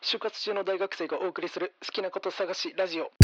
就活中の大学生がお送りする好きなこと探しラジオ。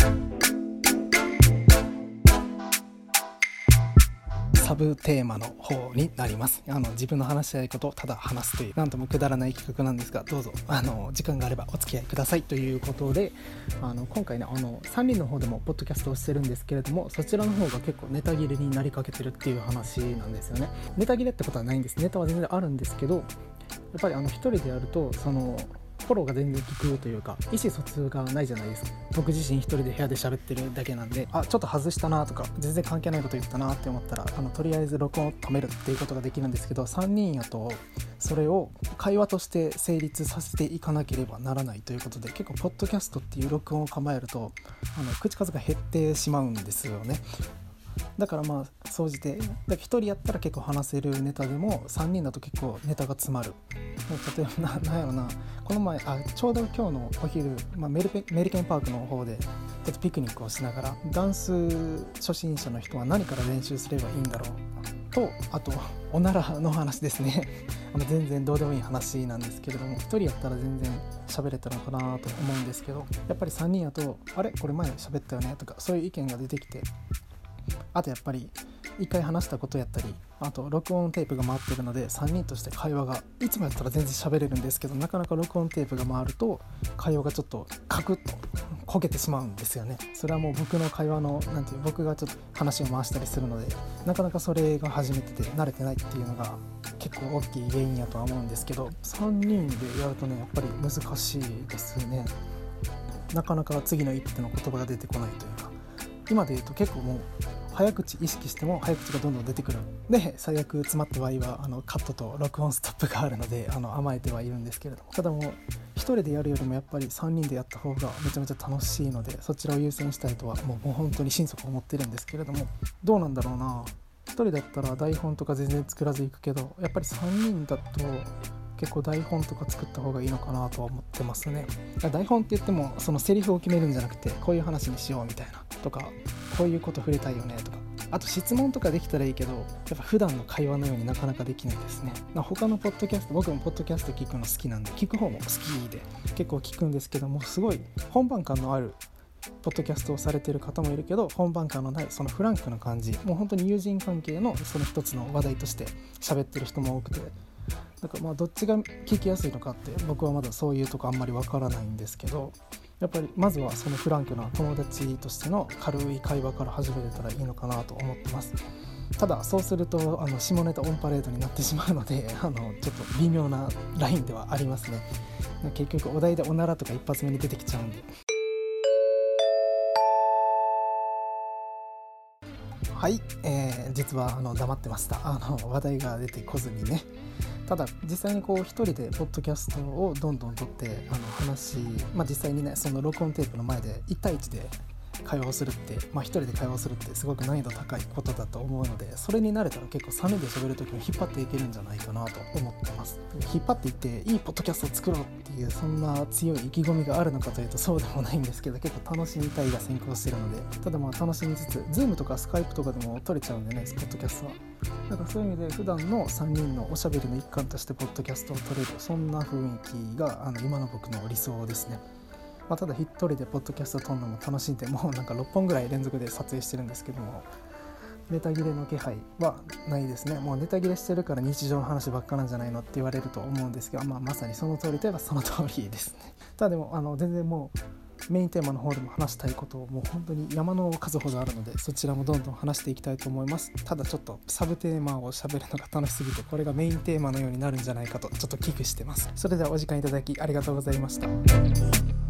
サブテーマの方になります。自分の話したいことをただ話すというなんともくだらない企画なんですが、どうぞ時間があればお付き合いくださいということで、今回ね3人の方でもポッドキャストをしてるんですけれども、そちらの方が結構ネタ切れになりかけてるっていう話なんですよね。ネタ切れってことはないんです。ネタは全然あるんですけど、やっぱり一人でやるとフォローが全然効くというか、意思疎通がないじゃないですか。僕自身一人で部屋で喋ってるだけなんで、ちょっと外したなとか全然関係ないこと言ったなって思ったらとりあえず録音を止めるっていうことができるんですけど、3人やとそれを会話として成立させていかなければならないということで、結構ポッドキャストっていう録音を構えると口数が減ってしまうんですよね。だから総じて1人やったら結構話せるネタでも3人だと結構ネタが詰まる。例えばなんやろな、この前ちょうど今日のお昼、メリケンパークの方でちょっとピクニックをしながら、ダンス初心者の人は何から練習すればいいんだろうと、あとおならの話ですね全然どうでもいい話なんですけれども、1人やったら全然喋れたのかなと思うんですけど、やっぱり3人やとあれこれ前喋ったよねとか、そういう意見が出てきて、あとやっぱり一回話したことやったり、あと録音テープが回ってるので3人として会話がいつもやったら全然喋れるんですけど、なかなか録音テープが回ると会話がちょっとカクッと焦げてしまうんですよね。それはもう僕の会話の僕がちょっと話を回したりするので、なかなかそれが初めてで慣れてないっていうのが結構大きい原因やとは思うんですけど、3人でやるとねやっぱり難しいですね。なかなか次の一手の言葉が出てこないというか、今で言うと結構もう早口意識しても早口がどんどん出てくるで、最悪詰まった場合はカットと録音ストップがあるので甘えてはいるんですけれども、ただもう一人でやるよりもやっぱり3人でやった方がめちゃめちゃ楽しいので、そちらを優先したいとはもう本当に心底思ってるんですけれども、どうなんだろうな。一人だったら台本とか全然作らずいくけど、やっぱり3人だと結構台本とか作った方がいいのかなとは思ってますね。台本って言ってもそのセリフを決めるんじゃなくて、こういう話にしようみたいなとか、こういうこと触れたいよねとか、あと質問とかできたらいいけど、やっぱ普段の会話のようになかなかできないですね。他のポッドキャスト、僕もポッドキャスト聞くの好きなんで、聞く方も好きで結構聞くんですけども、すごい本番感のあるポッドキャストをされてる方もいるけど、本番感のないそのフランクな感じ、もう本当に友人関係のその一つの話題として喋ってる人も多くて、だからどっちが聞きやすいのかって僕はまだそういうとこあんまりわからないんですけど、やっぱりまずはそのフランクな友達としての軽い会話から始めれたらいいのかなと思ってます。ただそうすると下ネタオンパレードになってしまうのでちょっと微妙なラインではありますね。結局お題でおならとか一発目に出てきちゃうんで。はい、実は黙ってました。話題が出てこずにね。ただ実際に一人でポッドキャストをどんどん撮って実際にねその録音テープの前で1対1で会話をするって、一人で会話をするってすごく難易度高いことだと思うので、それに慣れたら結構3人で喋るときも引っ張っていけるんじゃないかなと思ってます。引っ張っていっていいポッドキャストを作ろうっていうそんな強い意気込みがあるのかというとそうでもないんですけど、結構楽しみたいが先行してるので、ただ楽しみつつ Zoom とか Skype とかでも撮れちゃうんでね、ポッドキャストは。だからそういう意味で普段の3人のおしゃべりの一環としてポッドキャストを撮れる、そんな雰囲気が今の僕の理想ですね。ただ一人でポッドキャスト撮るのも楽しんで、もう6本ぐらい連続で撮影してるんですけども、ネタ切れの気配はないですね。もうネタ切れしてるから日常の話ばっかなんじゃないのって言われると思うんですけど、まさにその通りといえばその通りですね。ただでも全然もうメインテーマの方でも話したいことをもう本当に山の数ほどあるので、そちらもどんどん話していきたいと思います。ただちょっとサブテーマを喋るのが楽しすぎて、これがメインテーマのようになるんじゃないかとちょっと危惧してます。それではお時間いただきありがとうございました。